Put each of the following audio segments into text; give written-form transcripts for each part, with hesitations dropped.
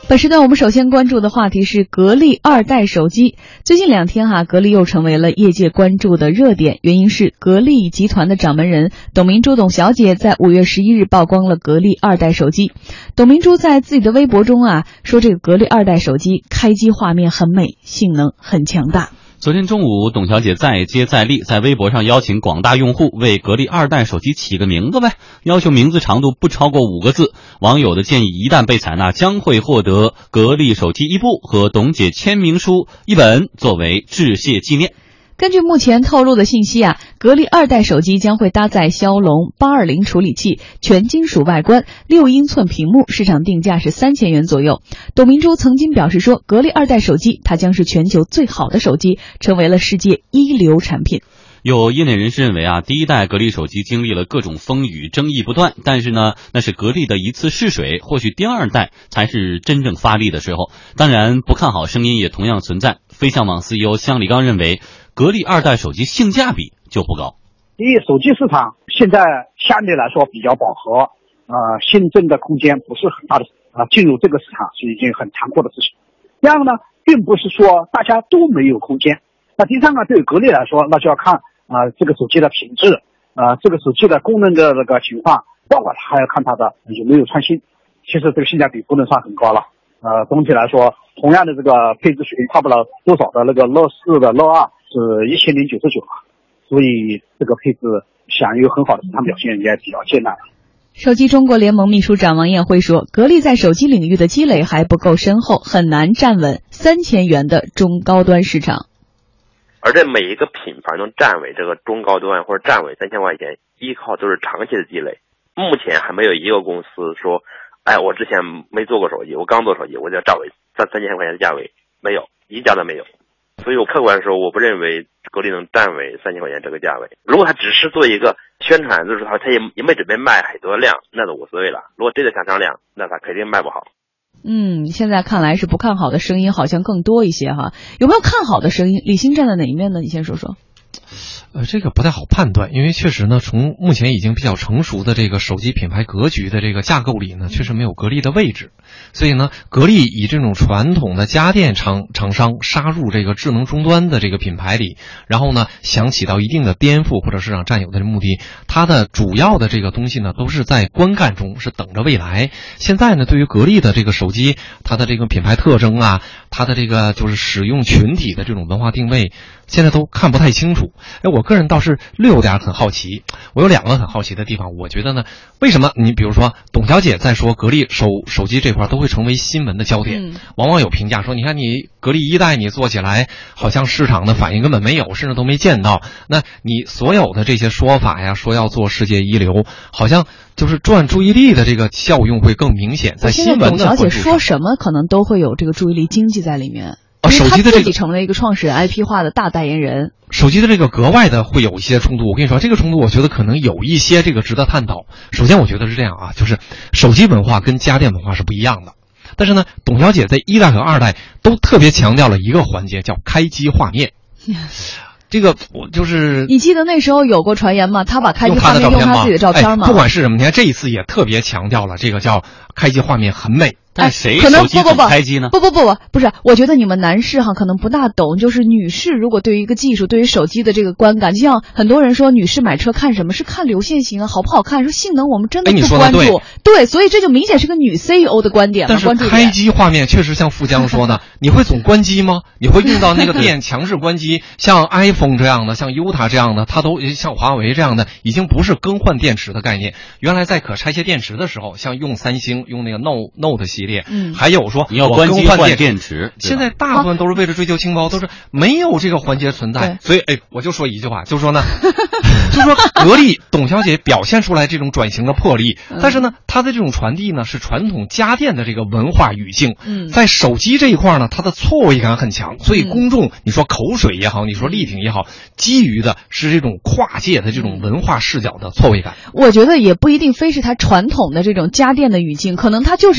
本时段我们首先关注的话题是格力2代手机。最近2天格力又成为了业界关注的热点，原因是格力集团的掌门人董明珠董小姐在5月11日曝光了格力2代手机。董明珠在自己的微博中说，这个格力2代手机开机画面很美，性能很强大。 昨天中午，董小姐再接再厉，在微博上邀请广大用户为格力2代手机起个名字呗，要求名字长度不超过5个字。网友的建议一旦被采纳，将会获得格力手机1部和董姐签名书1本作为致谢纪念。 根据目前透露的信息格力2代手机将会搭载骁龙820处理器，全金属外观，6英寸屏幕，市场定价是3000元左右。董明珠曾经表示说，格力2代手机它将是全球最好的手机，成为了世界一流产品。 有业内人士认为第一代格力手机经历了各种风雨，争议不断，但是呢，那是格力的一次试水，或许第2代才是真正发力的时候。当然，不看好声音也同样存在。飞象网 CEO 向立刚认为，格力2代手机性价比就不高。 第一，手机市场现在相对来说比较饱和，新增的空间不是很大的，进入这个市场是一件很残酷的事情。第二个呢，并不是说大家都没有空间。那第三个，对于格力来说，那就要看这个手机的品质，这个手机的功能的那个情况，包括它还要看它的有没有创新。其实这个性价比不能算很高了。总体来说，同样的这个配置水平差不了多少的那个乐视的乐2是1099了，所以这个配置想有很好的市场表现也比较艰难。 手机中国联盟秘书长王艳辉说，格力在手机领域的积累还不够深厚，很难站稳3000元的中高端市场。 而这每一个品牌能站稳这个中高端或者站稳3000块钱，依靠都是长期的积累。目前还没有一个公司说，我之前没做过手机，我刚做手机，我就站稳3000块钱的价位，没有，一家都没有。所以我客观说，我不认为格力能站稳3000块钱这个价位。如果他只是做一个宣传，就是他也没准备卖很多量，那都无所谓了。如果真的想上量，那他肯定卖不好。 现在看来是不看好的声音好像更多一些有没有看好的声音？李欣站在哪一面呢？你先说说。 这个不太好判断，因为确实呢，从目前已经比较成熟的这个手机品牌格局的这个架构里呢，确实没有格力的位置。所以呢，格力以这种传统的家电厂商杀入这个智能终端的这个品牌里，然后呢，想起到一定的颠覆或者市场占有的目的，它的主要的这个东西呢，都是在观看中，是等着未来。现在呢，对于格力的这个手机，它的这个品牌特征它的这个就是使用群体的这种文化定位，现在都看不太清楚。我个人倒是略有点很好奇，我有2个很好奇的地方。我觉得呢，为什么你比如说董小姐在说格力手机这块都会成为新闻的焦点，往往有评价说，你看你格力1代你做起来好像市场的反应根本没有，甚至都没见到。那你所有的这些说法说要做世界一流，好像就是赚注意力的这个效用会更明显。在新闻的董小姐说什么可能都会有这个注意力经济在里面。 手机的自己成了一个创始人 IP 化的大代言人。 手机的这个格外的会有一些冲突。我跟你说，这个冲突我觉得可能有一些这个值得探讨。首先我觉得是这样就是手机文化跟家电文化是不一样的。但是呢，董小姐在1代和2代都特别强调了一个环节，叫开机画面。这个我就是你记得那时候有过传言吗？他把开机画面用他自己的照片吗？ 不管是什么，你看这一次也特别强调了这个叫开机画面很美。 但谁手机总开机呢？ 不是，我觉得你们男士可能不大懂，就是女士如果对于一个技术，对于手机的这个观感，就像很多人说女士买车看什么是看流线型好不好看，说性能我们真的不关注。对，所以这就明显是个女 CEO 的观点嘛。 但是开机画面确实像富江说的，你会总关机吗？你会用到那个电强制关机？像 iPhone 这样的，像 Yota 这样的，它都像华为这样的，已经不是更换电池的概念。原来在可拆卸电池的时候，像用三星用那个 Note 系列，还有说你要关机换电池， 现在大部分都是为了追求轻薄，都是没有这个环节存在。所以我就说一句话，就是说呢，就是说格力董小姐表现出来这种转型的魄力，但是呢，她的这种传递呢是传统家电的这个文化语境，在手机这一块呢，它的错位感很强，所以公众你说口水也好，你说力挺也好，基于的是这种跨界的这种文化视角的错位感。 我觉得也不一定非是它传统的这种家电的语境，可能它就是一个女性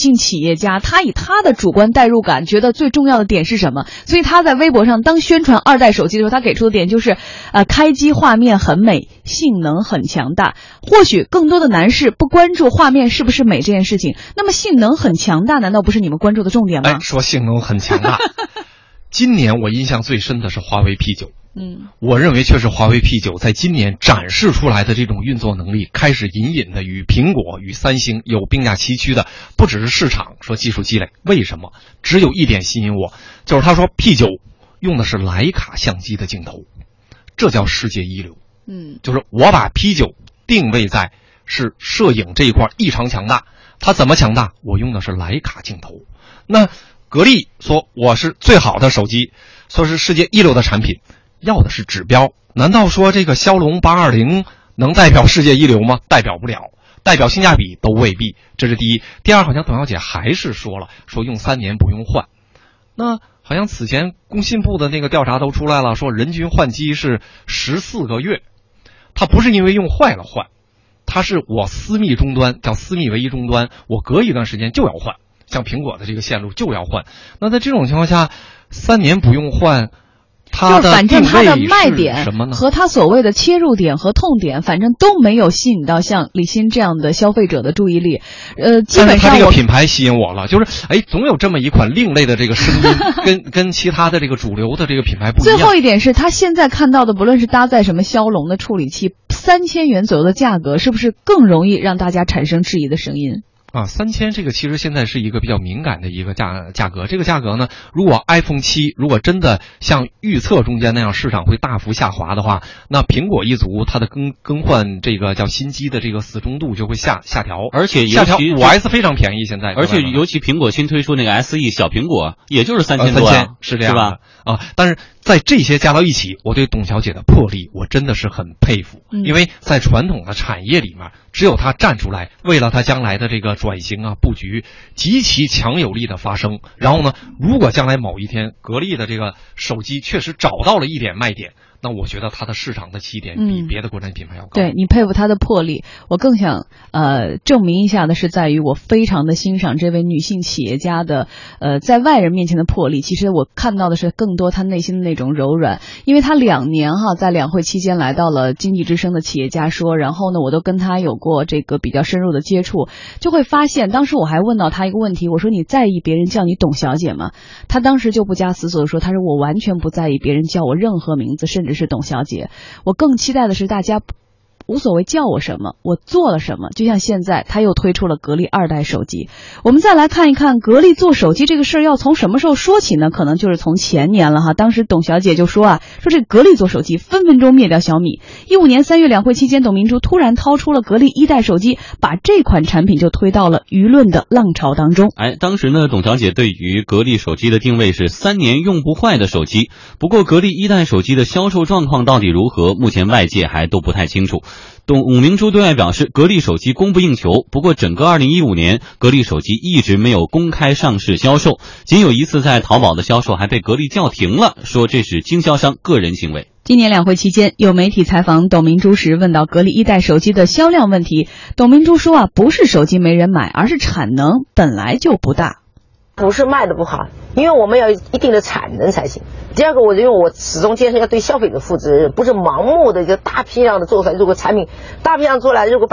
性企业家，她以她的主观代入感，觉得最重要的点是什么？所以她在微博上当宣传2代手机的时候，她给出的点就是，开机画面很美，性能很强大。或许更多的男士不关注画面是不是美这件事情，那么性能很强大，难道不是你们关注的重点吗？ 说性能很强大，今年我印象最深的是华为 P9。我认为确实华为 P9 在今年展示出来的这种运作能力，开始隐隐的与苹果与三星有并驾齐驱的，不只是市场说技术积累。为什么？只有一点吸引我，就是他说 P9 用的是徕卡相机的镜头，这叫世界一流。就是我把 P9 定位在是摄影这一块异常强大，它怎么强大？我用的是徕卡镜头。那格力说我是最好的手机，说是世界一流的产品，要的是指标。难道说这个骁龙820能代表世界一流吗？代表不了，代表性价比都未必。这是第一。第二，好像董小姐还是说用3年不用换。那好像此前工信部的那个调查都出来了，说人均换机是14个月。它不是因为用坏了换，它是我私密终端，叫私密唯一终端，我隔一段时间就要换，像苹果的这个线路就要换。那在这种情况下，3年不用换，它的定位是什么呢？ 反正它的卖点和它所谓的切入点和痛点，反正都没有吸引到像李欣这样的消费者的注意力。基本上它这个品牌吸引我了，就是总有这么一款另类的这个声音，跟其他的这个主流的这个品牌不一样。 最后一点是，他现在看到的，不论是搭载什么骁龙的处理器，3000元左右的价格，是不是更容易让大家产生质疑的声音 ？3000这个其实现在是一个比较敏感的一个价格。这个价格呢，如果 iPhone 7如果真的像预测中间那样市场会大幅下滑的话，那苹果一族它的更换这个叫新机的这个死忠度就会下调， 而且下调。5S 非常便宜现在， 而且尤其苹果新推出那个 SE 小苹果，也就是3000多是这样的， 是吧？ 但是在这些加到一起，我对董小姐的魄力我真的是很佩服，因为在传统的产业里面，只有她站出来，为了她将来的这个转型布局极其强有力的发声。然后呢，如果将来某一天格力的这个手机确实找到了一点卖点，那我觉得它的市场的起点比别的国产品牌要高。 对，你佩服它的魄力，我更想证明一下的是在于我非常的欣赏这位女性企业家的在外人面前的魄力。其实我看到的是更多她内心的那种柔软，因为她2年在两会期间来到了经济之声的企业家说，然后呢我都跟她有过这个比较深入的接触，就会发现当时我还问到她一个问题，我说你在意别人叫你董小姐吗？她当时就不加思索的说，她说我完全不在意别人叫我任何名字，甚至是董小姐。我更期待的是大家无所谓叫我什么，我做了什么。就像现在他又推出了格力2代手机，我们再来看一看格力做手机这个事儿要从什么时候说起呢？可能就是从前年了当时董小姐就说这格力做手机分分钟灭掉小米。15年3月两会期间，董明珠突然掏出了格力1代手机，把这款产品就推到了舆论的浪潮当中。 当时呢，董小姐对于格力手机的定位是3年用不坏的手机。不过格力1代手机的销售状况到底如何，目前外界还都不太清楚。董明珠对外表示，格力手机供不应求。不过整个2015年，格力手机一直没有公开上市销售，仅有一次在淘宝的销售还被格力叫停了，说这是经销商个人行为。 今年两会期间，有媒体采访董明珠时问到格力1代手机的销量问题，董明珠说不是手机没人买，而是产能本来就不大。 不是卖的不好，因为我们要一定的产能才行。第二个，我认为我始终坚持要对消费者负责任，不是盲目的就大批量的做出来。如果产品大批量做来，如果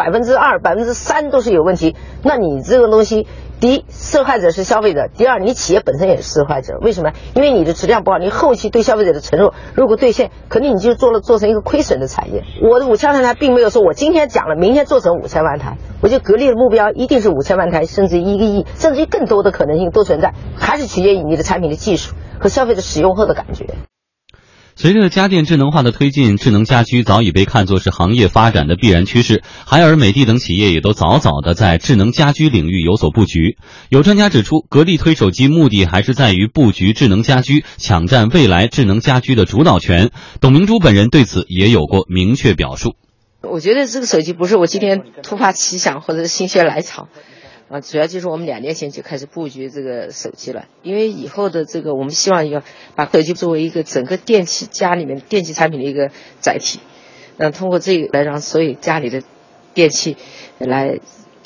2%、3%都是有问题，那你这个东西，第一，受害者是消费者；第二，你企业本身也是受害者。为什么？因为你的质量不好，你后期对消费者的承诺如果兑现，肯定你就做成一个亏损的产业。我的5000万台并没有说我今天讲了，明天做成5000万台。我觉得格力的目标一定是5000万台，甚至1个亿，甚至于更多的可能性都存在，还是取决于你的产品的技术和消费者使用后的感觉。 随着家电智能化的推进，智能家居早已被看作是行业发展的必然趋势。海尔、美的等企业也都早早的在智能家居领域有所布局。有专家指出，格力推手机目的还是在于布局智能家居，抢占未来智能家居的主导权。董明珠本人对此也有过明确表述。 我觉得这个手机不是我今天突发奇想或者是心血来潮。主要就是我们2年前就开始布局这个手机了，因为以后的这个我们希望要把手机作为一个整个电器家里面电器产品的一个载体，通过这个来让所有家里的电器来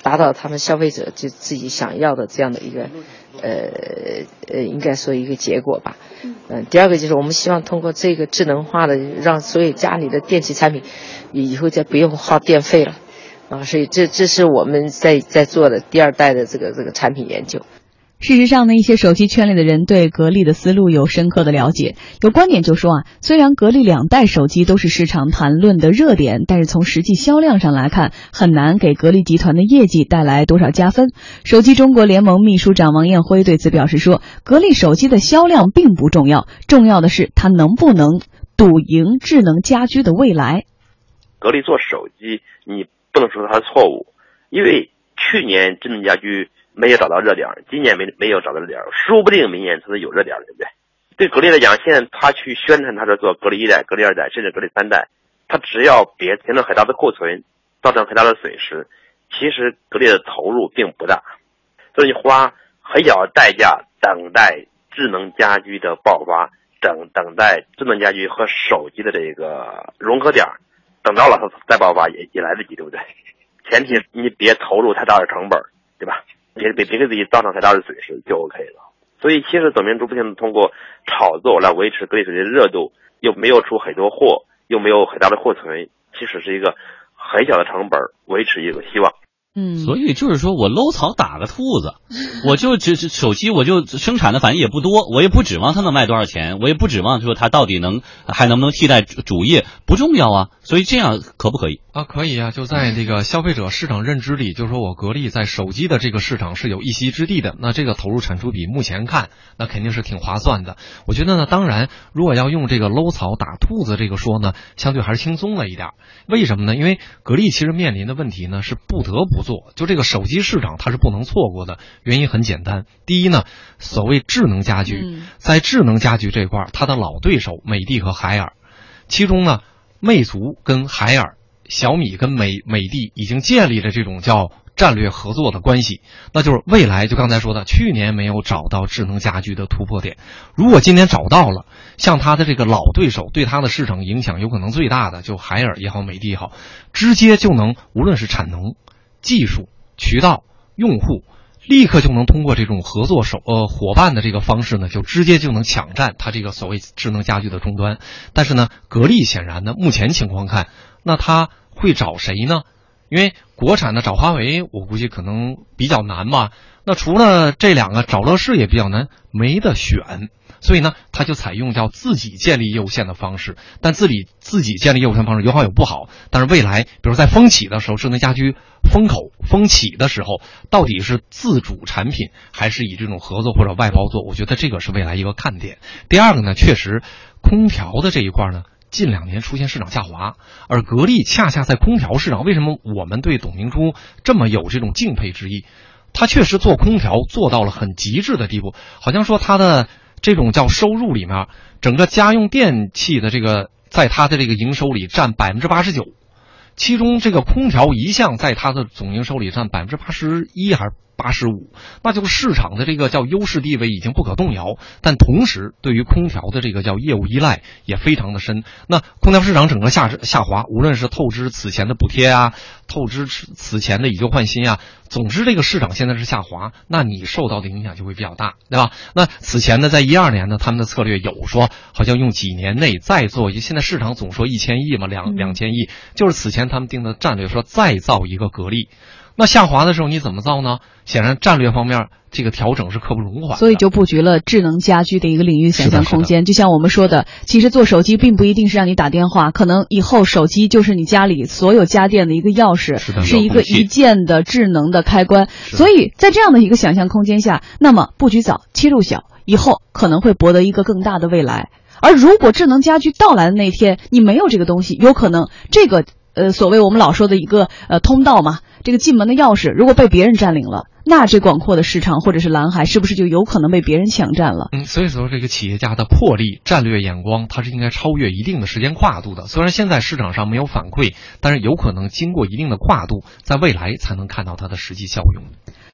达到他们消费者就自己想要的这样的一个应该说一个结果吧。第二个就是我们希望通过这个智能化的，让所有家里的电器产品以后再不用耗电费了啊，所以这是我们在做的第二代的这个产品研究。 事实上呢，一些手机圈里的人对格力的思路有深刻的了解，有观点就说虽然格力2代手机都是市场谈论的热点，但是从实际销量上来看，很难给格力集团的业绩带来多少加分。手机中国联盟秘书长王艳辉对此表示说，格力手机的销量并不重要，重要的是它能不能赌赢智能家居的未来。 格力做手机，你不能说它的错误，因为去年智能家居没有找到热点，今年没有找到热点，说不定明年它是有热点，对不对？对格力来讲，现在他去宣传他是做格力1代、格力2代，甚至格力3代，他只要别形成很大的库存，造成很大的损失，其实格力的投入并不大，所以你花很小的代价等待智能家居的爆发，等待智能家居和手机的这个融合点，等到了它再爆发也来得及，对不对？前提你别投入太大的成本，对吧？别给自己造成太大的损失就 OK 了。所以其实董明珠不停地通过炒作来维持格力手机的热度，又没有出很多货，又没有很大的库存，其实是一个很小的成本维持一个希望。 所以就是说我搂草打个兔子，我就手机我就生产的反正也不多，我也不指望它能卖多少钱，我也不指望说它到底还能不能替代主业，不重要啊。所以这样可不可以啊？可以啊，就在这个消费者市场认知里，就是说我格力在手机的这个市场是有一席之地的。那这个投入产出比目前看，那肯定是挺划算的。我觉得呢，当然如果要用这个搂草打兔子这个说呢，相对还是轻松了一点。为什么呢？因为格力其实面临的问题呢是不得不做，就这个手机市场它是不能错过的。原因很简单，第一呢，所谓智能家居，在智能家居这块它的老对手美的和海尔，其中呢魅族跟海尔，小米跟美的已经建立了这种叫战略合作的关系，那就是未来就刚才说的，去年没有找到智能家居的突破点，如果今年找到了，像它的这个老对手对它的市场影响有可能最大的就海尔也好美的也好，直接就能无论是产能、技术、渠道、用户，立刻就能通过这种合作伙伴的这个方式呢，就直接就能抢占它这个所谓智能家居的终端。但是呢，格力显然呢，目前情况看，那它会找谁呢？因为国产的找华为，我估计可能比较难吧。那除了这两个，找乐视也比较难，没得选。所以呢，他就采用叫自己建立业务线的方式，但自己建立业务线方式有好有不好。但是未来，比如在风起的时候，智能家居风起的时候，到底是自主产品还是以这种合作或者外包做？我觉得这个是未来一个看点。第二个呢，确实空调的这一块呢，近2年出现市场下滑，而格力恰恰在空调市场，为什么我们对董明珠这么有这种敬佩之意？他确实做空调做到了很极致的地步，好像说他的这种叫收入里面，整个家用电器的这个在他的这个营收里占89%，其中这个空调一向在他的总营收里占81%还是85%，那就是市场的这个叫优势地位已经不可动摇。但同时，对于空调的这个叫业务依赖也非常的深。那空调市场整个下滑，无论是透支此前的补贴啊，透支此前的以旧换新啊，总之这个市场现在是下滑，那你受到的影响就会比较大，对吧？那此前呢，在12年呢，他们的策略有说好像用几年内再做现在市场总说1000亿嘛，2000亿，就是此前他们定的战略说再造一个格力。那下滑的时候你怎么造呢？显然战略方面这个调整是刻不容缓的， 所以就布局了智能家居的一个领域想象空间。就像我们说的，其实做手机并不一定是让你打电话，可能以后手机就是你家里所有家电的一个钥匙，是一个一键的智能的开关。所以在这样的一个想象空间下，那么布局早，切入小，以后可能会博得一个更大的未来。而如果智能家居到来的那天，你没有这个东西，有可能这个所谓我们老说的一个通道嘛，这个进门的钥匙如果被别人占领了，那这广阔的市场或者是蓝海是不是就有可能被别人抢占了？ 所以说这个企业家的魄力、战略眼光，它是应该超越一定的时间跨度的。虽然现在市场上没有反馈，但是有可能经过一定的跨度，在未来才能看到它的实际效用。